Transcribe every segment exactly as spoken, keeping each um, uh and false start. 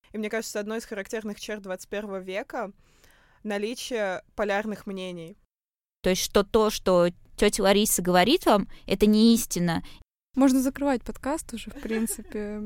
И мне кажется, одной из характерных черт двадцать первого века — наличие полярных мнений. То есть что то, что тетя Лариса говорит вам, это не истина. Можно закрывать подкаст уже, в принципе.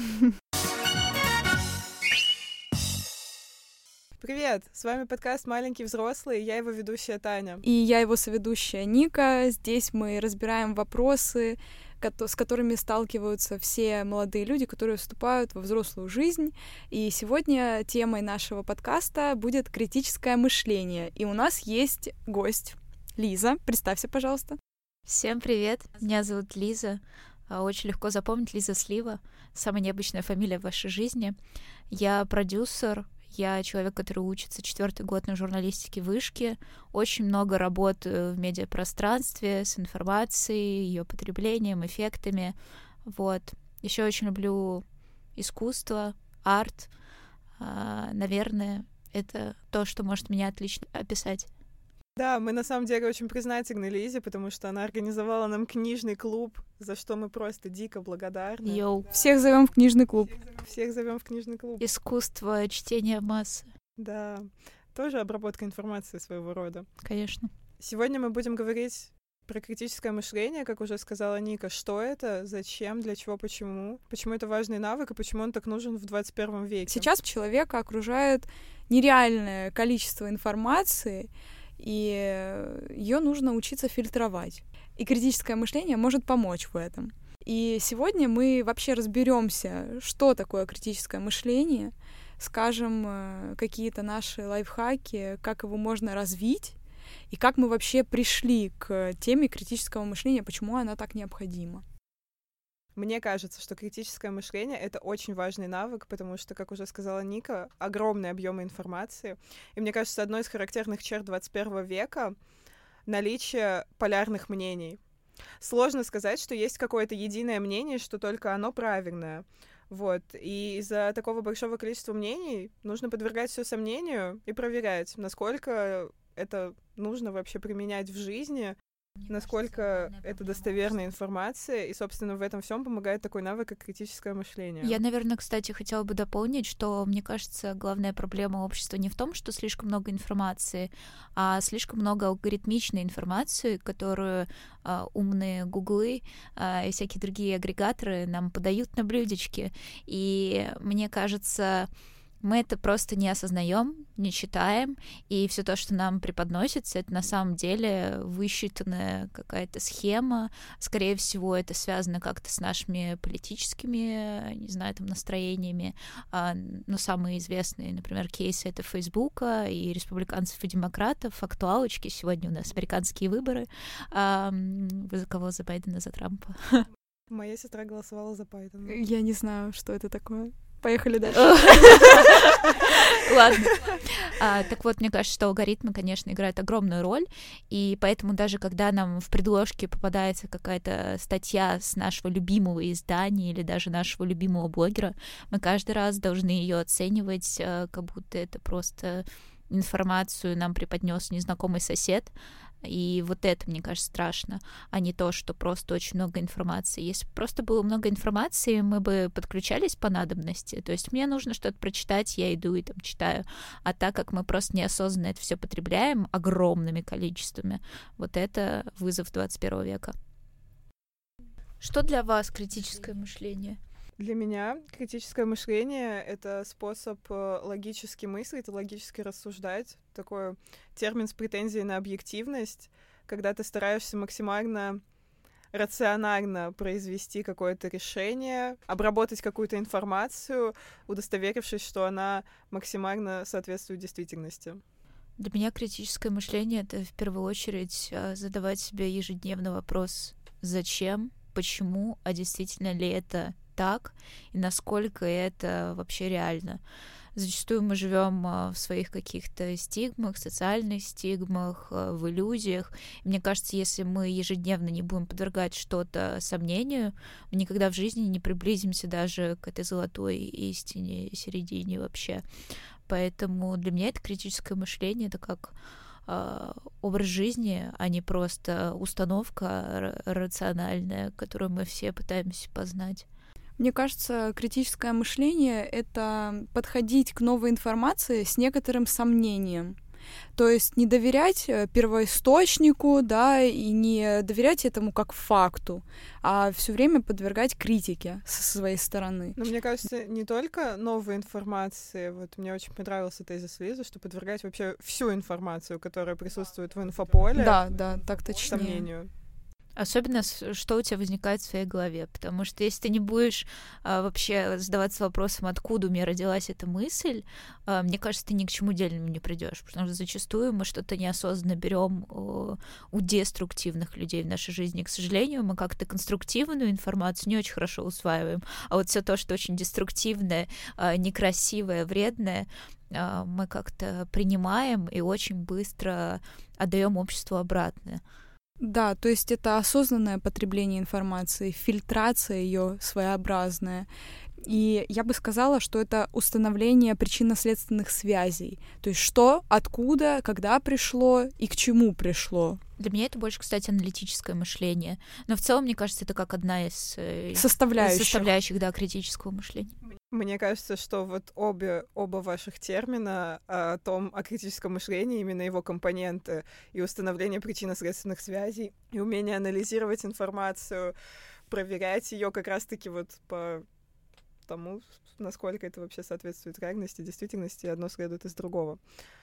Привет! С вами подкаст «Маленький взрослый», я его ведущая Таня. И я его соведущая Ника. Здесь мы разбираем вопросы, с которыми сталкиваются все молодые люди, которые вступают во взрослую жизнь. И сегодня темой нашего подкаста будет критическое мышление. И у нас есть гость. Лиза, представься, пожалуйста. Всем привет, меня зовут Лиза. Очень легко запомнить, Лиза Слива. Самая необычная фамилия в вашей жизни. Я продюсер, я человек, который учится четвертый год на журналистике в Вышке. Очень много работаю в медиапространстве с информацией, ее потреблением, эффектами. Вот. Еще очень люблю искусство, арт. Наверное, это то, что может меня отлично описать. Да, мы на самом деле очень признательны Лизе, потому что она организовала нам книжный клуб, за что мы просто дико благодарны. Йоу. Всех зовем в книжный клуб. Всех зовем в книжный клуб. Искусство чтения массы. Да, тоже обработка информации своего рода. Конечно. Сегодня мы будем говорить про критическое мышление, как уже сказала Ника. Что это, зачем, для чего, почему? Почему это важный навык и почему он так нужен в двадцать первом веке? Сейчас человека окружает нереальное количество информации, и ее нужно учиться фильтровать. И критическое мышление может помочь в этом. И сегодня мы вообще разберемся, что такое критическое мышление, скажем какие-то наши лайфхаки, как его можно развить, и как мы вообще пришли к теме критического мышления, почему она так необходима. Мне кажется, что критическое мышление — это очень важный навык, потому что, как уже сказала Ника, огромные объемы информации. И мне кажется, одной из характерных черт двадцать первого века — наличие полярных мнений. Сложно сказать, что есть какое-то единое мнение, что только оно правильное. Вот. И из-за такого большого количества мнений нужно подвергать все сомнению и проверять, насколько это нужно вообще применять в жизни, насколько это достоверная информация, и, собственно, в этом всем помогает такой навык, как критическое мышление. Я, наверное, кстати, хотела бы дополнить, что, мне кажется, главная проблема общества не в том, что слишком много информации, а слишком много алгоритмичной информации, которую а, умные гуглы а, и всякие другие агрегаторы нам подают на блюдечке. И мне кажется, мы это просто не осознаем, не читаем, и все то, что нам преподносится, это на самом деле высчитанная какая-то схема. Скорее всего, это связано как-то с нашими политическими, не знаю, там, настроениями. А, ну, самые известные, например, кейсы — это Фейсбука и республиканцев и демократов. Актуалочки. Сегодня у нас американские выборы. А, вы за кого? За Байдена, за Трампа? Моя сестра голосовала за Байдена. Я не знаю, что это такое. Поехали дальше. Ладно. А, так вот, мне кажется, что алгоритмы, конечно, играют огромную роль, и поэтому даже когда нам в предложке попадается какая-то статья с нашего любимого издания или даже нашего любимого блогера, мы каждый раз должны ее оценивать, как будто это просто информацию нам преподнес незнакомый сосед. И вот это, мне кажется, страшно, а не то, что просто очень много информации. Если бы просто было много информации, мы бы подключались по надобности. То есть мне нужно что-то прочитать, я иду и там читаю. А так как мы просто неосознанно это все потребляем огромными количествами, вот это вызов двадцать первого века. Что для вас критическое мышление? Для меня критическое мышление — это способ логически мыслить, логически рассуждать. Такой термин с претензией на объективность, когда ты стараешься максимально рационально произвести какое-то решение, обработать какую-то информацию, удостоверившись, что она максимально соответствует действительности. Для меня критическое мышление — это в первую очередь задавать себе ежедневный вопрос «Зачем?», «Почему?», а действительно ли это так, и насколько это вообще реально. Зачастую мы живем в своих каких-то стигмах, социальных стигмах, в иллюзиях. И мне кажется, если мы ежедневно не будем подвергать что-то сомнению, мы никогда в жизни не приблизимся даже к этой золотой истине, середине вообще. Поэтому для меня это критическое мышление, это как э, образ жизни, а не просто установка р- рациональная, которую мы все пытаемся познать. Мне кажется, критическое мышление — это подходить к новой информации с некоторым сомнением. То есть не доверять первоисточнику, да, и не доверять этому как факту, а все время подвергать критике со своей стороны. Но мне кажется, не только новой информации, вот мне очень понравился тезис Лизы, что подвергать вообще всю информацию, которая присутствует в инфополе, да, да, так точнее. сомнению. Особенно, что у тебя возникает в своей голове. Потому что если ты не будешь а, вообще задаваться вопросом, откуда у меня родилась эта мысль, а, мне кажется, ты ни к чему дельному не придешь. Потому что зачастую мы что-то неосознанно берем у, у деструктивных людей в нашей жизни. К сожалению, мы как-то конструктивную информацию не очень хорошо усваиваем. А вот все то, что очень деструктивное, а, некрасивое, вредное, а, мы как-то принимаем и очень быстро отдаем обществу обратно. Да, то есть это осознанное потребление информации, фильтрация ее своеобразная. И я бы сказала, что это установление причинно-следственных связей. То есть что, откуда, когда пришло и к чему пришло. Для меня это больше, кстати, аналитическое мышление. Но в целом, мне кажется, это как одна из составляющих, составляющих да, критического мышления. Мне кажется, что вот обе, оба ваших термина о том, о критическом мышлении, именно его компоненты и установление причинно-следственных связей, и умение анализировать информацию, проверять ее как раз-таки вот по тому, насколько это вообще соответствует реальности, действительности, одно следует из другого.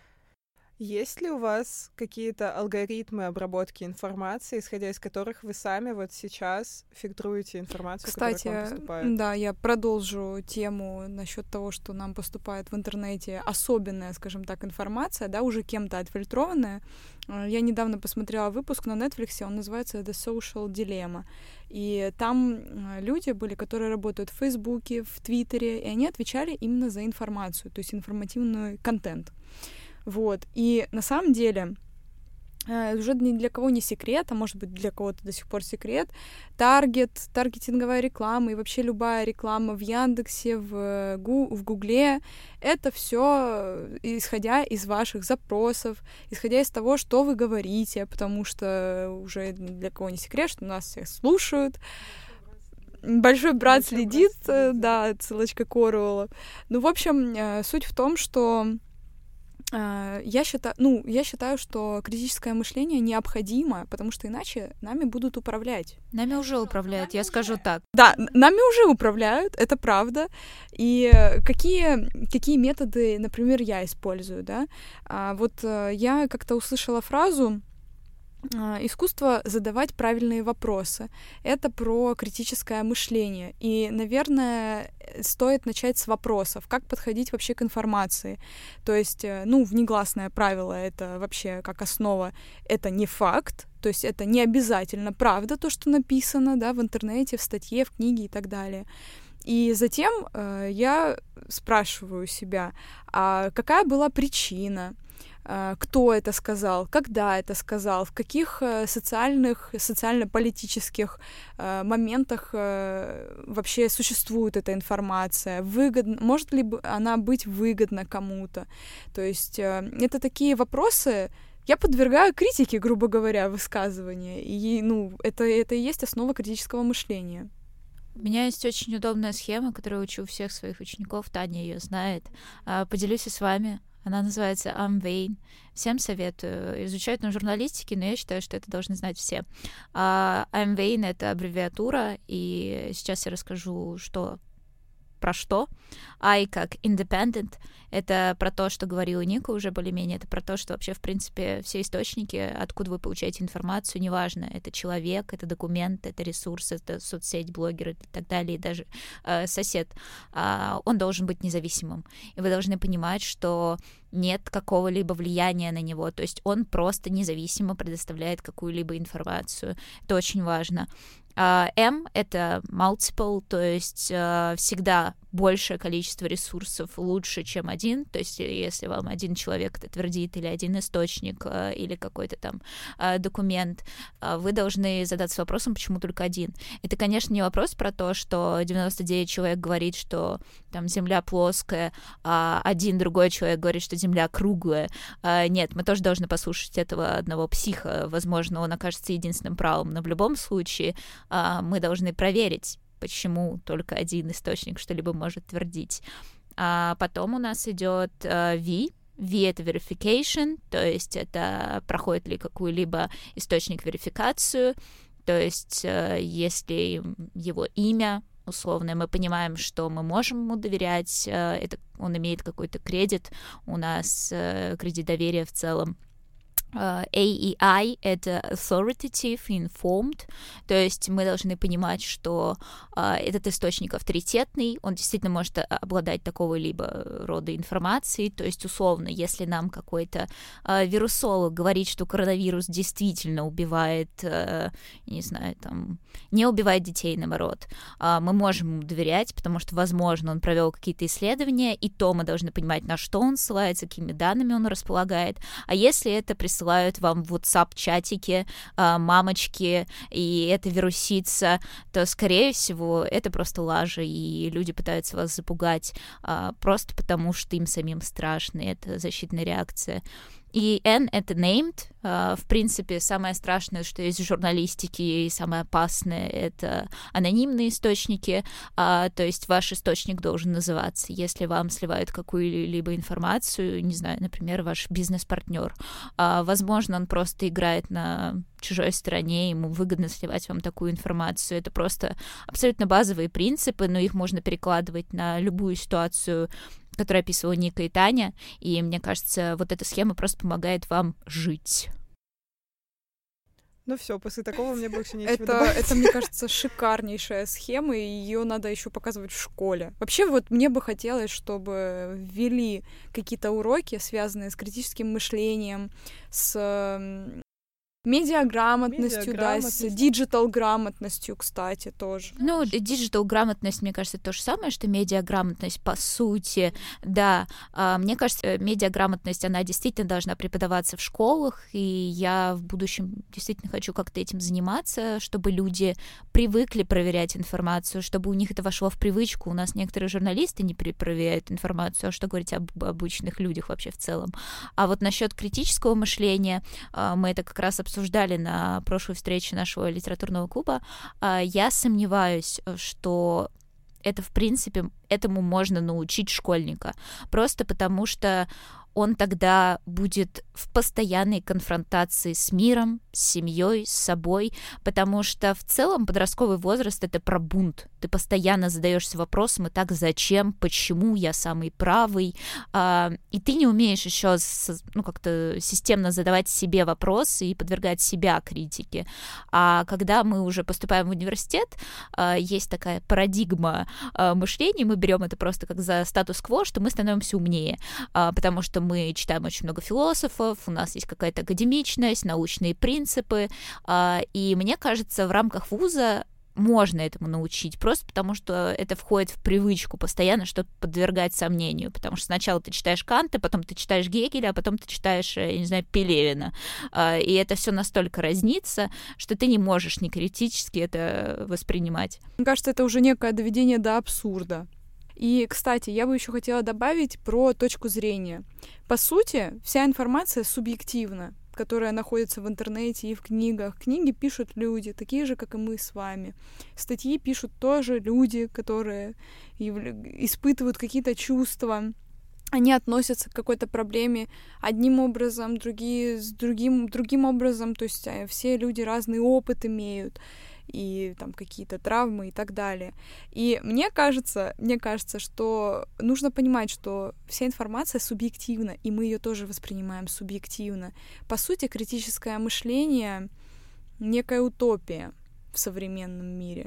Есть ли у вас какие-то алгоритмы обработки информации, исходя из которых вы сами вот сейчас фильтруете информацию, Кстати, которая к вам поступает? Да, я продолжу тему насчет того, что нам поступает в интернете особенная, скажем так, информация, да, уже кем-то отфильтрованная. Я недавно посмотрела выпуск на Netflix, он называется The Social Dilemma. И там люди были, которые работают в Фейсбуке, в Твиттере, и они отвечали именно за информацию, то есть информативный контент. Вот. И на самом деле э, уже ни для кого не секрет, а может быть для кого-то до сих пор секрет, таргет, таргетинговая реклама и вообще любая реклама в Яндексе, в, Гу, в Гугле, это все исходя из ваших запросов, исходя из того, что вы говорите, потому что уже ни для кого не секрет, что нас всех слушают. Большой брат Большой следит, брат следит, да, ссылочка Коруэлла. Ну, в общем, э, суть в том, что Я считаю, ну, я считаю, что критическое мышление необходимо, потому что иначе нами будут управлять. Нами уже управляют, я скажу так. Да, нами уже управляют, это правда. И какие, какие методы, например, я использую, да? А вот я как-то услышала фразу «искусство задавать правильные вопросы». Это про критическое мышление. И, наверное, стоит начать с вопросов. Как подходить вообще к информации? То есть, ну, внегласное правило — это вообще как основа, это не факт, то есть это не обязательно правда то, что написано, да, в интернете, в статье, в книге и так далее. И затем э, я спрашиваю себя, а какая была причина? Кто это сказал, когда это сказал, в каких социальных, социально-политических моментах вообще существует эта информация, выгодна, может ли она быть выгодна кому-то. То есть это такие вопросы, я подвергаю критике, грубо говоря, высказывания, и ну, это, это и есть основа критического мышления. У меня есть очень удобная схема, которую учу всех своих учеников, Таня ее знает. Поделюсь и с вами. Она называется I'm Vain. Всем советую. Изучать на журналистике, но я считаю, что это должны знать все. Uh, I'm Vain — это аббревиатура, и сейчас я расскажу, что про что. I как independent — это про то, что говорила Ника уже более-менее, это про то, что вообще, в принципе, все источники, откуда вы получаете информацию, неважно, это человек, это документ, это ресурс, это соцсеть, блогер и так далее, и даже э, сосед, э, он должен быть независимым. И вы должны понимать, что нет какого-либо влияния на него, то есть он просто независимо предоставляет какую-либо информацию. Это очень важно. Uh, M — это multiple, то есть uh, всегда большее количество ресурсов лучше, чем один. То есть если вам один человек это твердит, или один источник, uh, или какой-то там uh, документ, uh, вы должны задаться вопросом, почему только один. Это, конечно, не вопрос про то, что девяносто девять человек говорит, что там Земля плоская, а один другой человек говорит, что Земля круглая. Uh, нет, мы тоже должны послушать этого одного психа. Возможно, он окажется единственным правым, но в любом случае мы должны проверить, почему только один источник что-либо может твердить. А потом у нас идет uh, V. V — это verification, то есть это проходит ли какую-либо источник верификацию, то есть uh, если его имя условно, мы понимаем, что мы можем ему доверять, uh, это, он имеет какой-то кредит, у нас uh, кредит доверия в целом. Uh, A и I — это authoritative, informed, то есть мы должны понимать, что uh, этот источник авторитетный, он действительно может обладать такого-либо рода информацией, то есть условно, если нам какой-то uh, вирусолог говорит, что коронавирус действительно убивает, uh, не знаю, там, не убивает детей, наоборот, uh, мы можем ему доверять, потому что, возможно, он провел какие-то исследования, и то мы должны понимать, на что он ссылается, какими данными он располагает, а если это присылает ссылают вам в WhatsApp-чатике э, мамочки, и это вирусится, то, скорее всего, это просто лажа, и люди пытаются вас запугать э, просто потому, что им самим страшно, это защитная реакция. И N — это named. Uh, в принципе, самое страшное, что есть в журналистике, и самое опасное — это анонимные источники. Uh, то есть ваш источник должен называться. Если вам сливают какую-либо информацию, не знаю, например, ваш бизнес-партнер, uh, возможно, он просто играет на чужой стороне, ему выгодно сливать вам такую информацию. Это просто абсолютно базовые принципы, но их можно перекладывать на любую ситуацию, которую описывала Ника и Таня, и мне кажется, вот эта схема просто помогает вам жить. Ну все, после такого мне больше нечего это, добавить. Это, мне кажется, шикарнейшая схема, и ее надо еще показывать в школе. Вообще, вот мне бы хотелось, чтобы ввели какие-то уроки, связанные с критическим мышлением, с медиаграмотностью, да, с диджитал-грамотностью, кстати, тоже. Ну, диджитал-грамотность, мне кажется, то же самое, что медиаграмотность, по сути, да. Мне кажется, медиаграмотность, она действительно должна преподаваться в школах, и я в будущем действительно хочу как-то этим заниматься, чтобы люди привыкли проверять информацию, чтобы у них это вошло в привычку. У нас некоторые журналисты не проверяют информацию, а что говорить об обычных людях вообще в целом. А вот насчет критического мышления, мы это как раз обсуждали на прошлой встрече нашего литературного клуба, я сомневаюсь, что это, в принципе, этому можно научить школьника. Просто потому что он тогда будет в постоянной конфронтации с миром, с семьей, с собой, потому что в целом подростковый возраст — это про бунт. Ты постоянно задаешься вопросом: и так зачем, почему я самый правый, а, и ты не умеешь еще ну, как-то системно задавать себе вопросы и подвергать себя критике. А когда мы уже поступаем в университет, а, есть такая парадигма а, мышления, мы берем это просто как за статус-кво, что мы становимся умнее, а, потому что мы читаем очень много философов, у нас есть какая-то академичность, научные принципы, а, и мне кажется, в рамках вуза можно этому научить, просто потому что это входит в привычку постоянно что-то подвергать сомнению, потому что сначала ты читаешь Канта, потом ты читаешь Гегеля, а потом ты читаешь, я не знаю, Пелевина, и это все настолько разнится, что ты не можешь не критически это воспринимать. Мне кажется, это уже некое доведение до абсурда. И, кстати, я бы еще хотела добавить про точку зрения. По сути, вся информация субъективна, которая находится в интернете и в книгах. Книги пишут люди, такие же, как и мы с вами. Статьи пишут тоже люди, которые испытывают какие-то чувства. Они относятся к какой-то проблеме одним образом, другие с другим, другим образом. То есть все люди разный опыт имеют, и там какие-то травмы и так далее. И мне кажется, мне кажется, что нужно понимать, что вся информация субъективна, и мы ее тоже воспринимаем субъективно. По сути, критическое мышление — некая утопия в современном мире.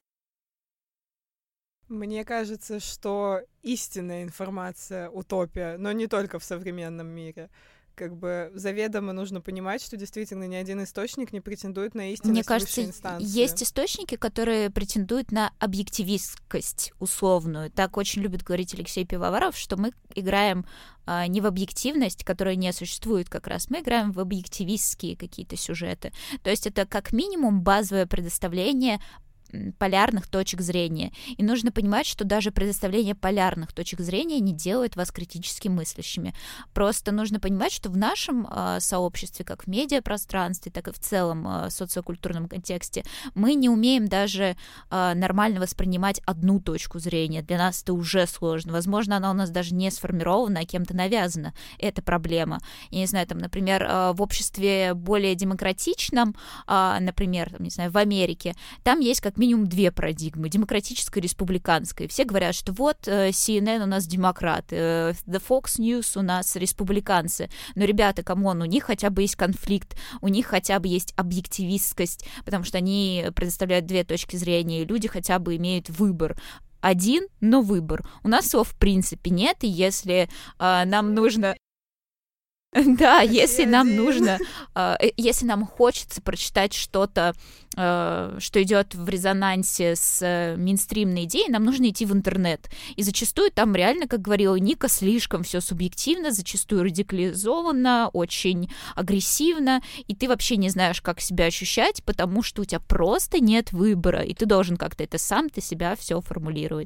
Мне кажется, что истинная информация — утопия, но не только в современном мире. Как бы заведомо нужно понимать, что действительно ни один источник не претендует на истинность. Мне кажется, высшей инстанции. Есть источники, которые претендуют на объективистскость условную. Так очень любит говорить Алексей Пивоваров, что мы играем а, не в объективность, которая не существует как раз, мы играем в объективистские какие-то сюжеты. То есть это как минимум базовое предоставление полярных точек зрения. И нужно понимать, что даже предоставление полярных точек зрения не делает вас критически мыслящими. Просто нужно понимать, что в нашем э, сообществе, как в медиапространстве, так и в целом э, социокультурном контексте, мы не умеем даже э, нормально воспринимать одну точку зрения. Для нас это уже сложно. Возможно, она у нас даже не сформирована, а кем-то навязана. Это проблема. Я не знаю, там, например, э, в обществе более демократичном, э, например, там, не знаю, в Америке, там есть как минимум две парадигмы, демократическая и республиканская. Все говорят, что вот э, си эн эн у нас демократы, э, The Fox News у нас республиканцы. Но, ребята, камон, у них хотя бы есть конфликт, у них хотя бы есть объективистскость, потому что они предоставляют две точки зрения, и люди хотя бы имеют выбор. Один, но выбор. У нас его в принципе нет, и если э, нам нужно... Да, если нам нужно, если нам хочется прочитать что-то, что идет в резонансе с мейнстримной идеей, нам нужно идти в интернет. И зачастую там реально, как говорила Ника, слишком все субъективно, зачастую радикализовано, очень агрессивно, и ты вообще не знаешь, как себя ощущать, потому что у тебя просто нет выбора, и ты должен как-то это сам, ты себя все формулировать.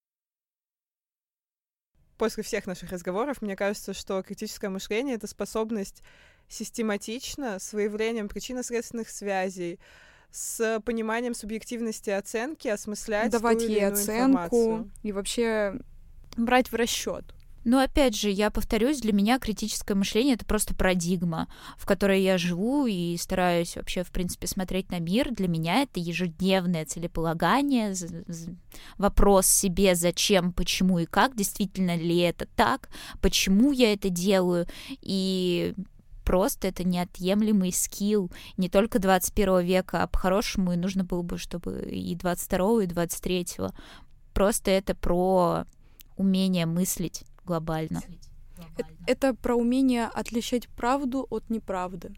После всех наших разговоров, мне кажется, что критическое мышление — это способность систематично, с выявлением причинно-следственных связей, с пониманием субъективности оценки, осмыслять давать ту или ей иную оценку информацию. И вообще брать в расчет. Но опять же, я повторюсь, для меня критическое мышление — это просто парадигма, в которой я живу и стараюсь вообще, в принципе, смотреть на мир. Для меня это ежедневное целеполагание, вопрос себе, зачем, почему и как, действительно ли это так, почему я это делаю, и просто это неотъемлемый скилл не только двадцать первого века, а по-хорошему и нужно было бы, чтобы и двадцать второго, и двадцать третьего. Просто это про умение мыслить глобально. Это про умение отличать правду от неправды.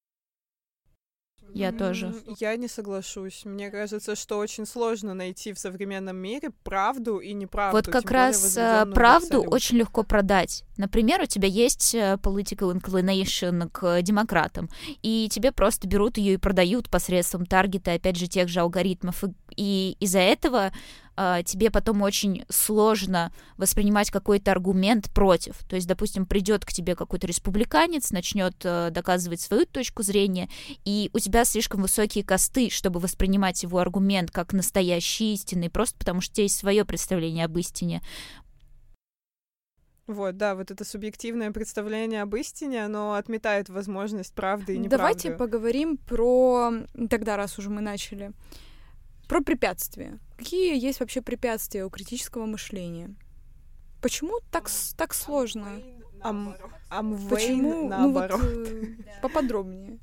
Я тоже. Я не соглашусь. Мне кажется, что очень сложно найти в современном мире правду и неправду. Вот как раз правду очень легко продать. Например, у тебя есть political inclination к демократам, и тебе просто берут ее и продают посредством таргета, опять же, тех же алгоритмов. И из-за этого Uh, тебе потом очень сложно воспринимать какой-то аргумент против. То есть, допустим, придет к тебе какой-то республиканец, начнет uh, доказывать свою точку зрения, и у тебя слишком высокие косты, чтобы воспринимать его аргумент как настоящий истинный, просто потому что у тебя есть свое представление об истине. Вот, да, вот это субъективное представление об истине, оно отметает возможность правды и неправды. Давайте поговорим про... Тогда, раз уже мы начали... Про препятствия. Какие есть вообще препятствия у критического мышления? Почему так, так сложно? Ам, амвейн, Почему? наоборот. Ну вот, э, поподробнее.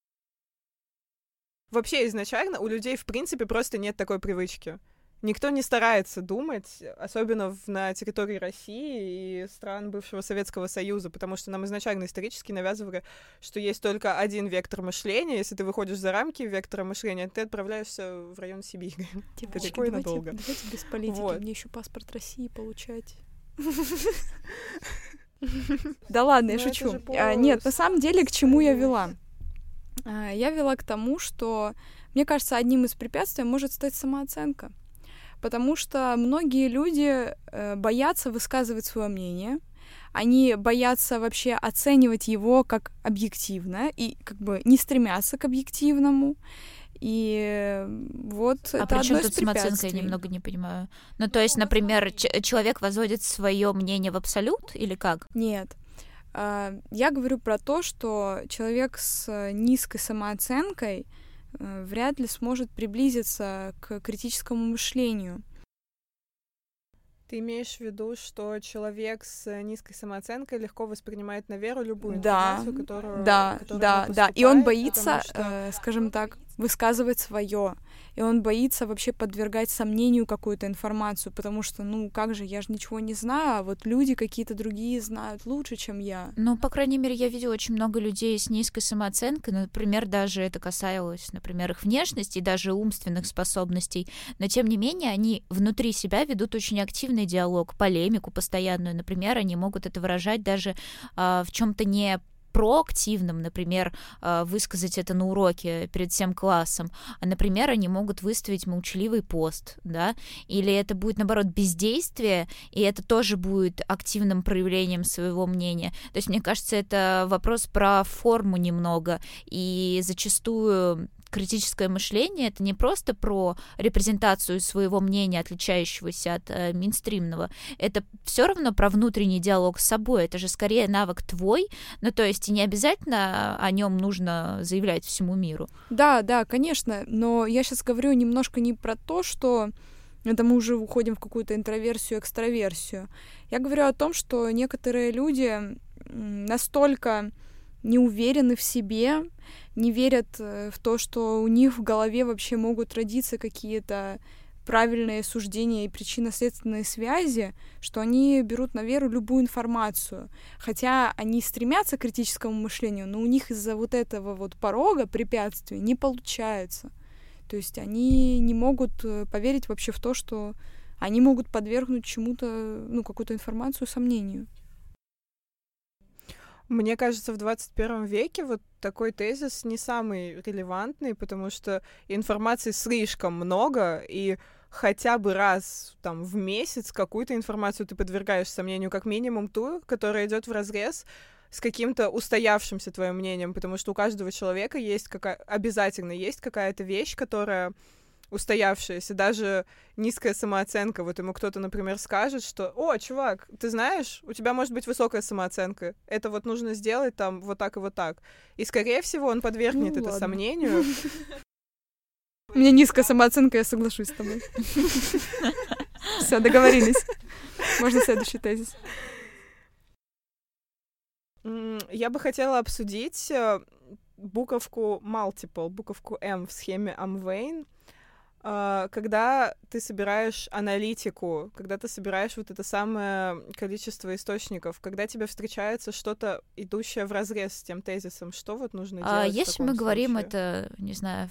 Вообще, изначально у людей, в принципе, просто нет такой привычки. Никто не старается думать, особенно в, на территории России и стран бывшего Советского Союза, потому что нам изначально исторически навязывали, что есть только один вектор мышления. Если ты выходишь за рамки вектора мышления, ты отправляешься в район Сибири. Девочки, Далеко и давайте, надолго. давайте без политики, Вот. Мне еще паспорт России получать. Да ладно, я шучу. Нет, на самом деле, к чему я вела? Я вела к тому, что, мне кажется, одним из препятствий может стать самооценка. Потому что многие люди э, боятся высказывать свое мнение, они боятся вообще оценивать его как объективно и как бы не стремятся к объективному. И вот а это при чем одно тут из самооценка, я немного не понимаю. Ну, то есть, например, ч- человек возводит свое мнение в абсолют или как? Нет. Я говорю про то, что человек с низкой самооценкой вряд ли сможет приблизиться к критическому мышлению. Ты имеешь в виду, что человек с низкой самооценкой легко воспринимает на веру любую да, информацию, которую... Да, которую да, да. И он боится, что... э, скажем так, высказывать свое. И он боится вообще подвергать сомнению какую-то информацию, потому что, ну, как же, я же ничего не знаю, а вот люди какие-то другие знают лучше, чем я. Ну, по крайней мере, я видела очень много людей с низкой самооценкой, например, даже это касалось, например, их внешности и даже умственных способностей, но, тем не менее, они внутри себя ведут очень активный диалог, полемику постоянную, например, они могут это выражать даже а, в чем-то не проактивным, например, высказать это на уроке перед всем классом, а, например, они могут выставить молчаливый пост, да, или это будет, наоборот, бездействие, и это тоже будет активным проявлением своего мнения. То есть, мне кажется, это вопрос про форму немного, и зачастую критическое мышление — это не просто про репрезентацию своего мнения, отличающегося от э, мейнстримного, это все равно про внутренний диалог с собой, это же скорее навык твой, ну то есть и не обязательно о нем нужно заявлять всему миру. Да, да, конечно, но я сейчас говорю немножко не про то, что это мы уже уходим в какую-то интроверсию, экстраверсию. Я говорю о том, что некоторые люди настолько не уверены в себе, не верят в то, что у них в голове вообще могут родиться какие-то правильные суждения и причинно-следственные связи, что они берут на веру любую информацию. Хотя они стремятся к критическому мышлению, но у них из-за вот этого вот порога, препятствий, не получается. То есть они не могут поверить вообще в то, что они могут подвергнуть чему-то, ну, какую-то информацию сомнению. Мне кажется, в двадцать первом веке вот такой тезис не самый релевантный, потому что информации слишком много, и хотя бы раз там, в месяц какую-то информацию ты подвергаешь сомнению, как минимум ту, которая идет вразрез с каким-то устоявшимся твоим мнением, потому что у каждого человека есть какая... обязательно есть какая-то вещь, которая устоявшаяся, даже низкая самооценка. Вот ему кто-то, например, скажет, что «О, чувак, ты знаешь, у тебя может быть высокая самооценка, это вот нужно сделать там вот так и вот так». И, скорее всего, он подвергнет ну, это ладно. сомнению. У меня низкая самооценка, я соглашусь с тобой. Все, договорились. Можно следующий тезис. Я бы хотела обсудить буковку multiple, буковку M в схеме Amway. Когда ты собираешь аналитику, когда ты собираешь вот это самое количество источников, когда тебе встречается что-то, идущее вразрез с тем тезисом, что вот нужно делать? А в если таком мы говорим случае? это, не знаю,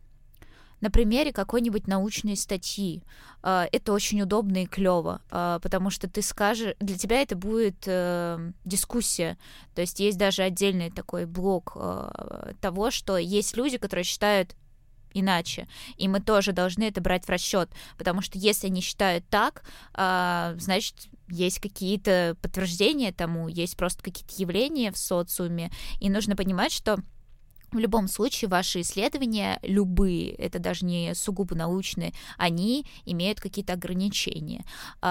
на примере какой-нибудь научной статьи, это очень удобно и клево, потому что ты скажешь, для тебя это будет э, дискуссия, то есть есть даже отдельный такой блок э, того, что есть люди, которые считают иначе, и мы тоже должны это брать в расчет, потому что если они считают так, э, значит, есть какие-то подтверждения тому, есть просто какие-то явления в социуме, и нужно понимать, что в любом случае ваши исследования, любые, это даже не сугубо научные, они имеют какие-то ограничения.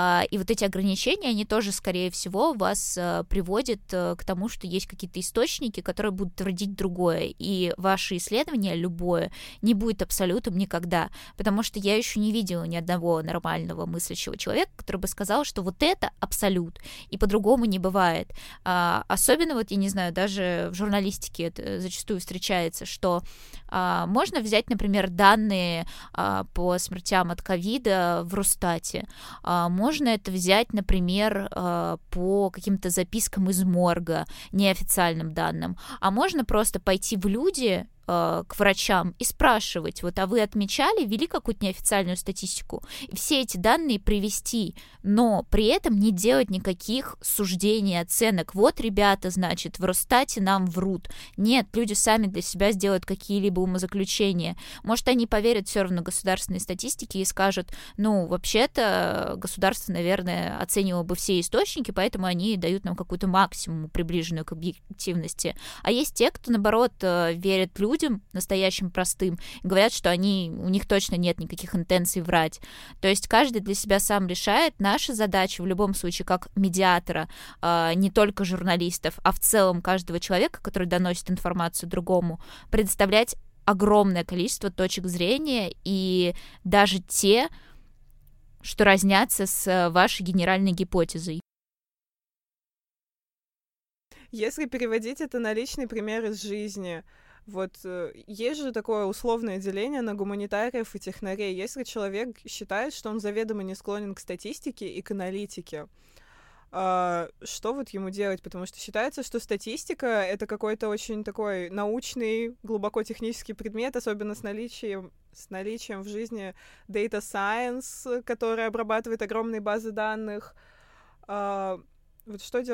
И вот эти ограничения, они тоже, скорее всего, вас приводят к тому, что есть какие-то источники, которые будут твердить другое, и ваше исследование, любое, не будет абсолютом никогда, потому что я еще не видела ни одного нормального мыслящего человека, который бы сказал, что вот это абсолют, и по-другому не бывает. Особенно, вот, я не знаю, даже в журналистике это зачастую встречается, что а, можно взять, например, данные а, по смертям от ковида в Росстате. А, можно это взять, например, а, по каким-то запискам из морга, неофициальным данным. А можно просто пойти в люди к врачам и спрашивать, вот, а вы отмечали, вели какую-то неофициальную статистику, и все эти данные привести, но при этом не делать никаких суждений, оценок. Вот, ребята, значит, в Росстате нам врут. Нет, люди сами для себя сделают какие-либо умозаключения. Может, они поверят все равно государственной статистике и скажут, ну, вообще-то государство, наверное, оценивало бы все источники, поэтому они дают нам какую-то максимум, приближенную к объективности. А есть те, кто, наоборот, верит людям, людям, настоящим простым, говорят, что они, у них точно нет никаких интенций врать. То есть каждый для себя сам решает. Наша задача в любом случае, как медиатора, э, не только журналистов, а в целом каждого человека, который доносит информацию другому, предоставлять огромное количество точек зрения, и даже те, что разнятся с вашей генеральной гипотезой. Если переводить это на личный пример из жизни, вот э, есть же такое условное деление на гуманитариев и технарей. Если человек считает, что он заведомо не склонен к статистике и к аналитике, э, что вот ему делать? Потому что считается, что статистика — это какой-то очень такой научный, глубоко технический предмет, особенно с наличием, с наличием в жизни data science, который обрабатывает огромные базы данных. Э, вот что делать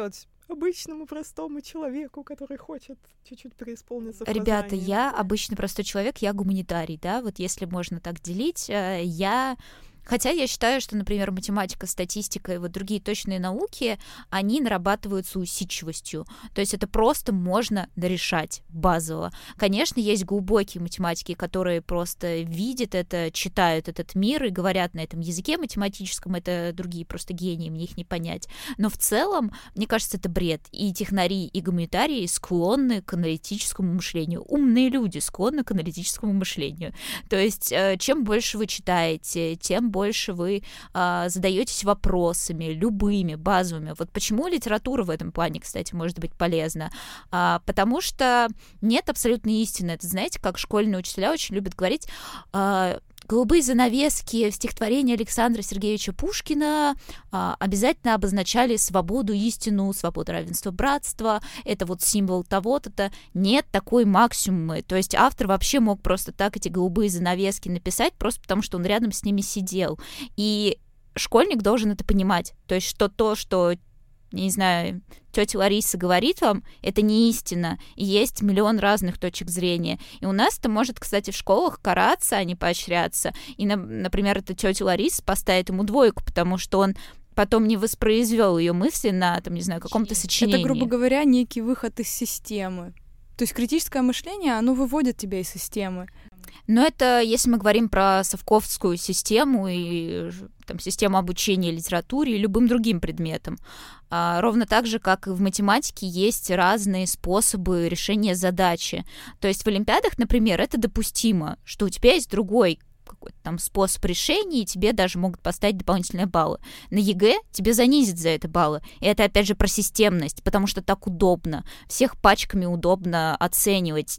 обычному простому человеку, который хочет чуть-чуть преисполниться в Ребята, познании. я обычно простой человек, я гуманитарий, да, вот если можно так делить, я... Хотя я считаю, что, например, математика, статистика и вот другие точные науки, они нарабатываются усидчивостью. То есть это просто можно решать базово. Конечно, есть глубокие математики, которые просто видят это, читают этот мир и говорят на этом языке математическом. Это другие просто гении, мне их не понять. Но в целом, мне кажется, это бред. И технари, и гуманитарии склонны к аналитическому мышлению. Умные люди склонны к аналитическому мышлению. То есть чем больше вы читаете, тем больше вы а, задаетесь вопросами, любыми, базовыми. Вот почему литература в этом плане, кстати, может быть полезна? А, потому что нет абсолютной истины. Это, знаете, как школьные учителя очень любят говорить... А, голубые занавески в стихотворении Александра Сергеевича Пушкина а, обязательно обозначали свободу, истину, свободу, равенство, братство. Это вот символ того-то-то. Нет такой максимумы. То есть автор вообще мог просто так эти голубые занавески написать, просто потому что он рядом с ними сидел. И школьник должен это понимать. То есть что то, что... не знаю, тетя Лариса говорит вам, это не истина, и есть миллион разных точек зрения. И у нас это может, кстати, в школах караться, а не поощряться. И, например, эта тетя Лариса поставит ему двойку, потому что он потом не воспроизвел ее мысли на, там, не знаю, каком-то сочинении. Это, грубо говоря, некий выход из системы. То есть критическое мышление, оно выводит тебя из системы. Но это если мы говорим про совковскую систему и там, систему обучения литературе и любым другим предметам. А, ровно так же, как и в математике, есть разные способы решения задачи. То есть в олимпиадах, например, это допустимо, что у тебя есть другой какой-то там способ решения, и тебе даже могут поставить дополнительные баллы. На ЕГЭ тебе занизят за это баллы. И это, опять же, про системность, потому что так удобно. Всех пачками удобно оценивать.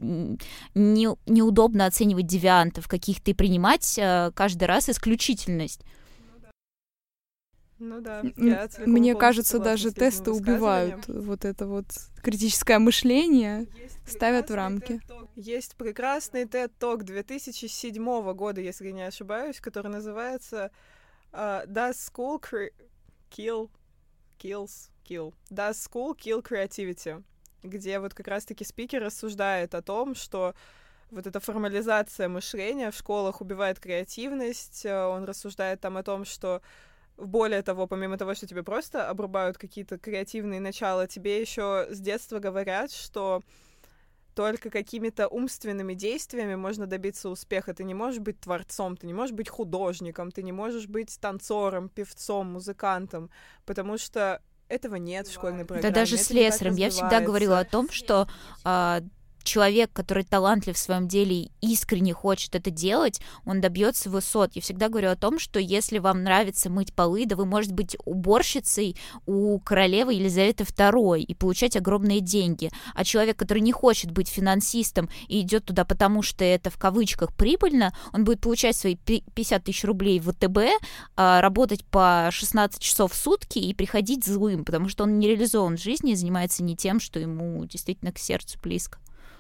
Не, неудобно оценивать девиантов каких-то и принимать э, каждый раз исключительность. Ну да. Я Мне кажется, даже тесты убивают вот это вот критическое мышление, ставят в рамки. Есть прекрасный TED-Talk две тысячи седьмого года, если я не ошибаюсь, который называется uh, Does School cre- Kill Kills Kill Does School Kill Creativity? Где вот как раз-таки спикер рассуждает о том, что вот эта формализация мышления в школах убивает креативность. Он рассуждает там о том, что более того, помимо того, что тебе просто обрубают какие-то креативные начала, тебе еще с детства говорят, что только какими-то умственными действиями можно добиться успеха. Ты не можешь быть творцом, ты не можешь быть художником, ты не можешь быть танцором, певцом, музыкантом, потому что этого нет в школьной программе. Да даже слесарем. Я всегда говорила о том, что а, человек, который талантлив в своем деле и искренне хочет это делать, он добьется высот. Я всегда говорю о том, что если вам нравится мыть полы, да вы можете быть уборщицей у королевы Елизаветы второй и получать огромные деньги. А человек, который не хочет быть финансистом и идет туда, потому что это в кавычках прибыльно, он будет получать свои пятьдесят тысяч рублей в ВТБ, работать по шестнадцать часов в сутки и приходить злым, потому что он не реализован в жизни и занимается не тем, что ему действительно к сердцу близко.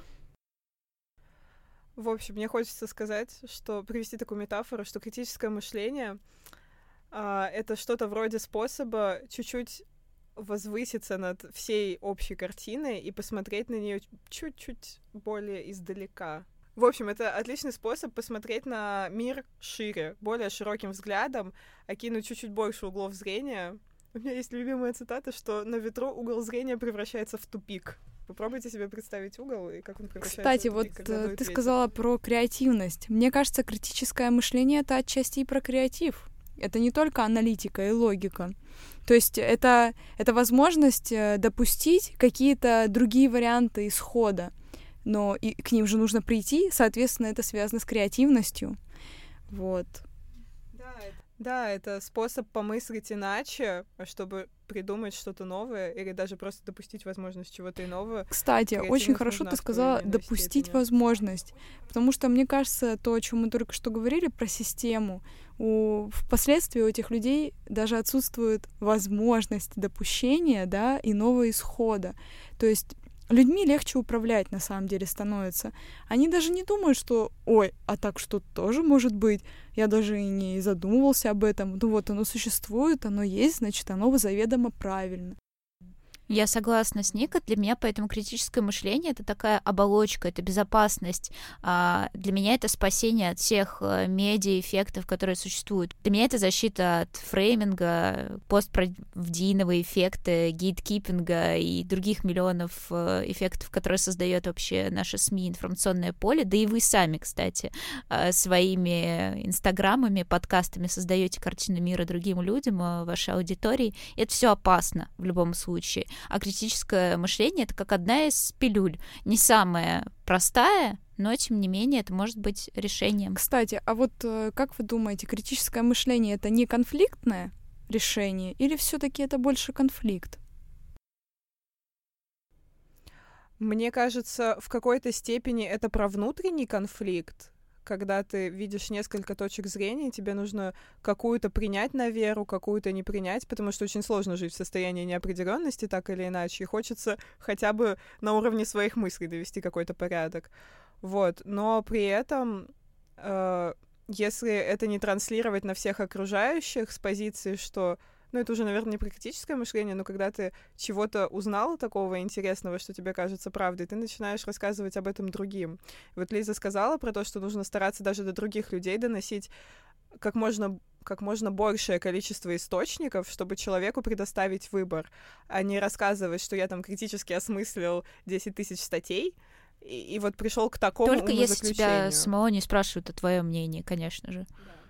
В общем, мне хочется сказать, что привести такую метафору, что критическое мышление а, — это что-то вроде способа чуть-чуть возвыситься над всей общей картиной и посмотреть на нее чуть-чуть более издалека. В общем, это отличный способ посмотреть на мир шире, более широким взглядом, окинуть чуть-чуть больше углов зрения. У меня есть любимая цитата, что на ветру угол зрения превращается в тупик. Попробуйте себе представить угол и как он превращается Кстати, в тупик, вот когда дует ты ветер. сказала про креативность. Мне кажется, критическое мышление — это отчасти и про креатив. Это не только аналитика и логика. То есть это, это возможность допустить какие-то другие варианты исхода, но и к ним же нужно прийти, соответственно, это связано с креативностью. Вот. Да, это способ помыслить иначе, чтобы придумать что-то новое или даже просто допустить возможность чего-то иного. Кстати, очень хорошо ты сказала «допустить возможность», потому что, мне кажется, то, о чем мы только что говорили, про систему, у, впоследствии у этих людей даже отсутствует возможность допущения, да, иного исхода. То есть людьми легче управлять, на самом деле, становится. Они даже не думают, что «Ой, а так что тоже может быть? Я даже и не задумывался об этом. Ну вот, оно существует, оно есть, значит, оно заведомо правильно». Я согласна с Никой. Для меня поэтому критическое мышление — это такая оболочка, это безопасность. А для меня это спасение от всех медиа-эффектов, которые существуют. Для меня это защита от фрейминга, постправдийного эффекта, гейткипинга и других миллионов эффектов, которые создает вообще наше СМИ, информационное поле. Да и вы сами, кстати, своими инстаграмами, подкастами создаете картину мира другим людям, вашей аудитории. И это все опасно в любом случае. А критическое мышление — это как одна из пилюль. Не самая простая, но, тем не менее, это может быть решением. Кстати, а вот как вы думаете, критическое мышление — это не конфликтное решение или все-таки это больше конфликт? Мне кажется, в какой-то степени это про внутренний конфликт. Когда ты видишь несколько точек зрения, тебе нужно какую-то принять на веру, какую-то не принять, потому что очень сложно жить в состоянии неопределенности так или иначе, и хочется хотя бы на уровне своих мыслей довести какой-то порядок. Вот. Но при этом, э, если это не транслировать на всех окружающих с позиции, что... Ну, это уже, наверное, не про критическое мышление, но когда ты чего-то узнал такого интересного, что тебе кажется правдой, ты начинаешь рассказывать об этом другим. Вот Лиза сказала про то, что нужно стараться даже до других людей доносить как можно, как можно большее количество источников, чтобы человеку предоставить выбор, а не рассказывать, что я там критически осмыслил десять тысяч статей, и, и вот пришел к такому Только умозаключению. если тебя самого не спрашивают о твоем мнении, конечно же.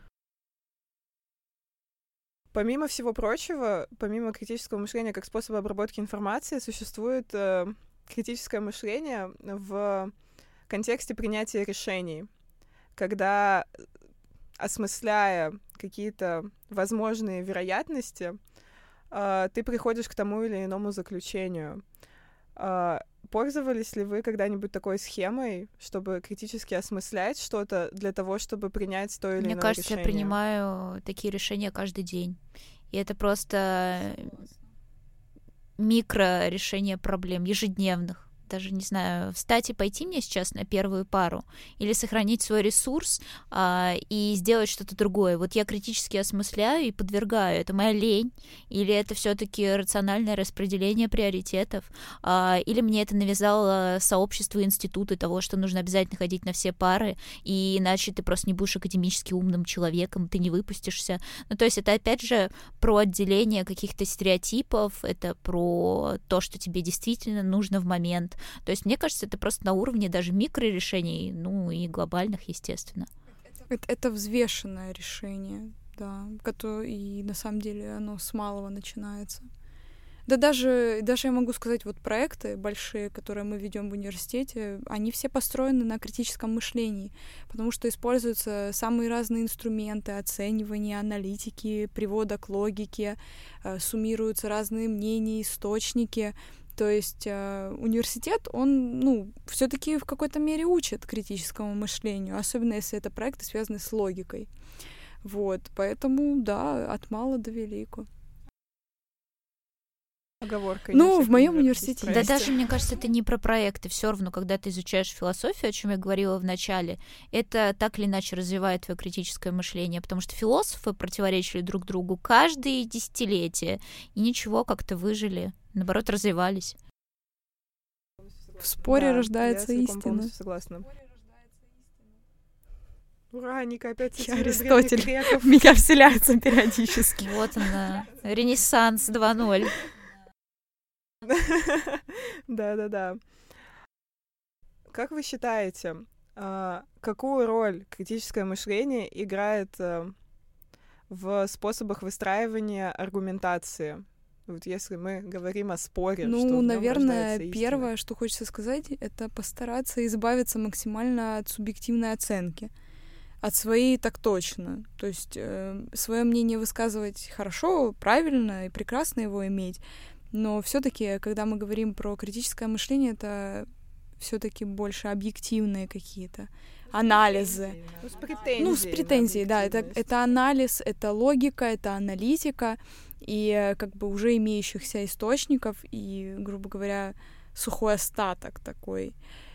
Помимо всего прочего, помимо критического мышления как способа обработки информации, существует э, критическое мышление в контексте принятия решений, когда, осмысляя какие-то возможные вероятности, э, ты приходишь к тому или иному заключению. Э, пользовались ли вы когда-нибудь такой схемой, чтобы критически осмыслять что-то для того, чтобы принять то или Мне иное кажется, решение? я принимаю такие решения каждый день. И это просто микро-решение проблем ежедневных. Даже, не знаю, встать и пойти мне сейчас на первую пару или сохранить свой ресурс а, и сделать что-то другое. Вот я критически осмысляю и подвергаю. Это моя лень? Или это все-таки рациональное распределение приоритетов? А, или мне это навязало сообщество и институты того, что нужно обязательно ходить на все пары, и иначе ты просто не будешь академически умным человеком, ты не выпустишься. Ну, то есть это, опять же, про отделение каких-то стереотипов, это про то, что тебе действительно нужно в момент. То есть, мне кажется, это просто на уровне даже микрорешений, ну и глобальных, естественно. Это, это взвешенное решение, да, которое, и на самом деле оно с малого начинается. Да даже, даже я могу сказать, вот проекты большие, которые мы ведем в университете, они все построены на критическом мышлении, потому что используются самые разные инструменты оценивания, аналитики, привода к логике, суммируются разные мнения, источники. То есть э, университет, он, ну, все-таки в какой-то мере учит критическому мышлению, особенно если это проекты, связанные с логикой. Вот, поэтому, да, от мала до велика. Оговорка. Ну, в моем университете. Да, даже, мне кажется, это не про проекты. Все равно, когда ты изучаешь философию, о чем я говорила в начале, это так или иначе развивает твое критическое мышление, потому что философы противоречили друг другу каждые десятилетия, и ничего, как-то выжили, наоборот, развивались. В споре да, рождается я истина. Согласна. Ура, Ника опять Я Аристотель. В меня вселяется периодически. Вот она, Ренессанс два ноль. Да-да-да. Как вы считаете, какую роль критическое мышление играет в способах выстраивания аргументации? Вот если мы говорим о споре, ну, что в нём наверное, рождается истина. Первое, что хочется сказать, это постараться избавиться максимально от субъективной оценки. От своей так точно. То есть э, свое мнение высказывать хорошо, правильно и прекрасно его иметь. Но все-таки, когда мы говорим про критическое мышление, это все-таки больше объективные какие-то анализы. Ну, с претензией. Ну, с претензией, да. Это, это анализ, это логика, это аналитика, и как бы уже имеющихся источников, и, грубо говоря, сухой остаток такой.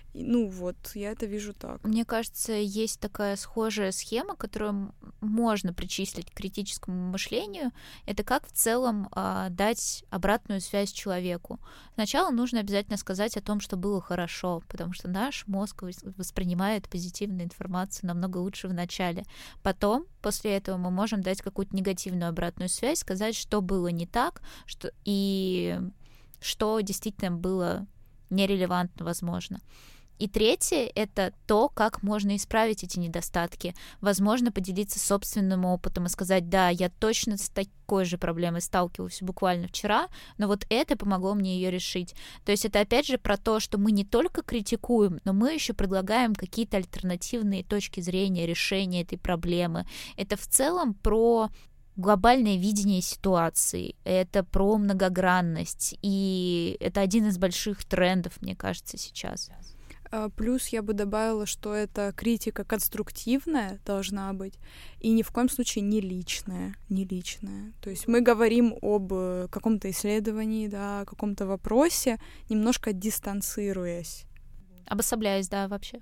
И, ну вот, я это вижу так. Мне кажется, есть такая схожая схема, которую можно причислить к критическому мышлению. Это как в целом э, дать обратную связь человеку. Сначала нужно обязательно сказать о том, что было хорошо, потому что наш мозг воспринимает позитивную информацию намного лучше в начале. Потом, после этого, мы можем дать какую-то негативную обратную связь, сказать, что было не так, что... и что действительно было нерелевантно, возможно. И третье — это то, как можно исправить эти недостатки. Возможно, поделиться собственным опытом и сказать: да, я точно с такой же проблемой сталкивался буквально вчера, но вот это помогло мне ее решить. То есть это опять же про то, что мы не только критикуем, но мы еще предлагаем какие-то альтернативные точки зрения решения этой проблемы. Это в целом про глобальное видение ситуации, это про многогранность, и это один из больших трендов, мне кажется, сейчас. Плюс я бы добавила, что эта критика конструктивная должна быть, и ни в коем случае не личная, не личная. То есть мы говорим об каком-то исследовании, да, о каком-то вопросе, немножко дистанцируясь. Обособляясь, да, вообще.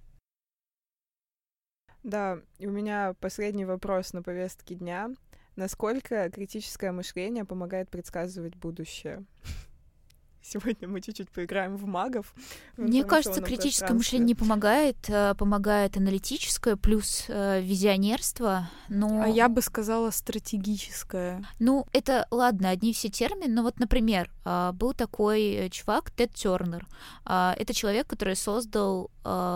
Да, и у меня последний вопрос на повестке дня. Насколько критическое мышление помогает предсказывать будущее? Сегодня мы чуть-чуть поиграем в магов. В Мне кажется, критическое мышление не помогает, помогает аналитическое плюс э, визионерство, но... А я бы сказала стратегическое. Ну, это, ладно, одни все термины, но вот, например, был такой чувак Тед Тернер. Это человек, который создал...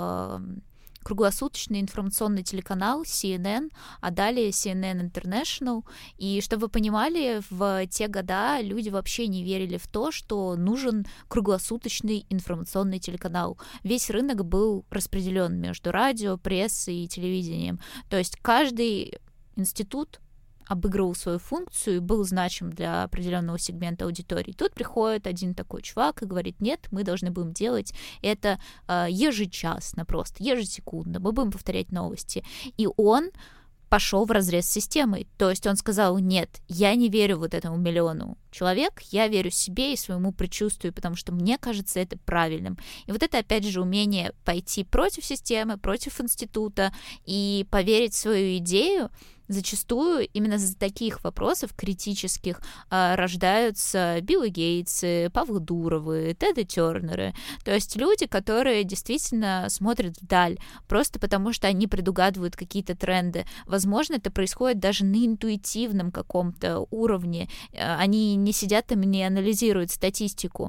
круглосуточный информационный телеканал си эн эн, а далее си эн эн International. И чтобы вы понимали, в те года люди вообще не верили в то, что нужен круглосуточный информационный телеканал. Весь рынок был распределен между радио, прессой и телевидением. То есть каждый институт обыгрывал свою функцию и был значим для определенного сегмента аудитории. Тут приходит один такой чувак и говорит: нет, мы должны будем делать это э, ежечасно просто, ежесекундно, мы будем повторять новости. И он пошел вразрез с системой. То есть он сказал: нет, я не верю вот этому миллиону человек, я верю себе и своему предчувствию, потому что мне кажется это правильным. И вот это, опять же, умение пойти против системы, против института и поверить в свою идею. Зачастую именно из-за таких вопросов критических а, рождаются Билл Гейтсы, Павлы Дуровы, Теды Тернеры. То есть люди, которые действительно смотрят вдаль, просто потому что они предугадывают какие-то тренды. Возможно, это происходит даже на интуитивном каком-то уровне. Они не сидят там, не анализируют статистику.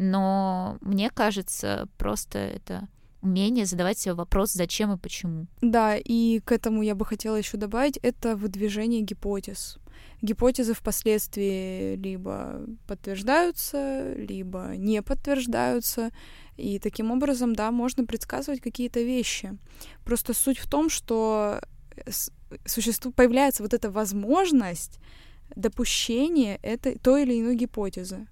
Но мне кажется, просто это... умение задавать себе вопрос, зачем и почему. Да, и к этому я бы хотела еще добавить, это выдвижение гипотез. Гипотезы впоследствии либо подтверждаются, либо не подтверждаются, и таким образом, да, можно предсказывать какие-то вещи. Просто суть в том, что существует, появляется вот эта возможность допущения этой той или иной гипотезы.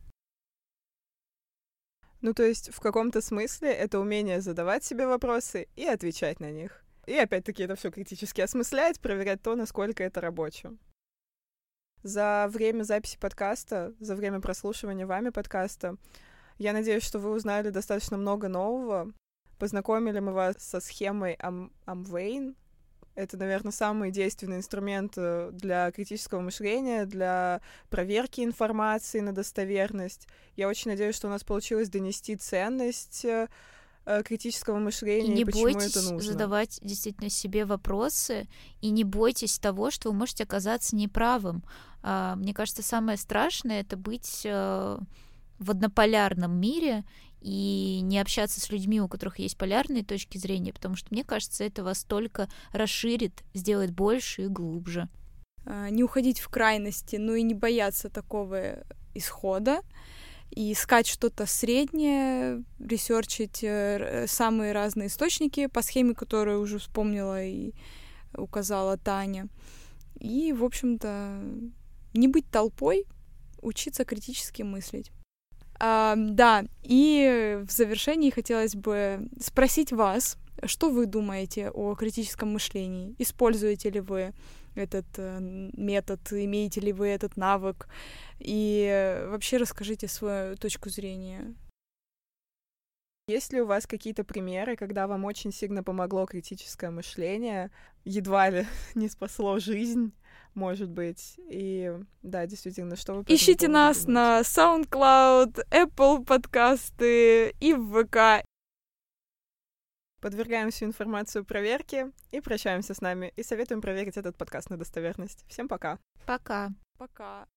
Ну, то есть, в каком-то смысле это умение задавать себе вопросы и отвечать на них. И опять-таки это все критически осмыслять, проверять то, насколько это рабоче. За время записи подкаста, за время прослушивания вами подкаста, я надеюсь, что вы узнали достаточно много нового. Познакомили мы вас со схемой Amway. Это, наверное, самый действенный инструмент для критического мышления, для проверки информации на достоверность. Я очень надеюсь, что у нас получилось донести ценность критического мышления и, и не почему бойтесь это нужно. Задавать действительно себе вопросы, и не бойтесь того, что вы можете оказаться неправым. Мне кажется, самое страшное — это быть в однополярном мире и не общаться с людьми, у которых есть полярные точки зрения, потому что, мне кажется, это вас только расширит, сделает больше и глубже. Не уходить в крайности, но и не бояться такого исхода, и искать что-то среднее, ресерчить самые разные источники по схеме, которую уже вспомнила и указала Таня. И, в общем-то, не быть толпой, учиться критически мыслить. А, да, и в завершении хотелось бы спросить вас, что вы думаете о критическом мышлении? Используете ли вы этот э, метод, имеете ли вы этот навык? И вообще расскажите свою точку зрения. Есть ли у вас какие-то примеры, когда вам очень сильно помогло критическое мышление, едва ли не спасло жизнь, может быть? И да, действительно, что вы по этому Ищите поводу нас думаете? на SoundCloud, Apple подкасты и в ВК. Подвергаем всю информацию проверке и прощаемся с нами. И советуем проверить этот подкаст на достоверность. Всем пока! Пока. Пока.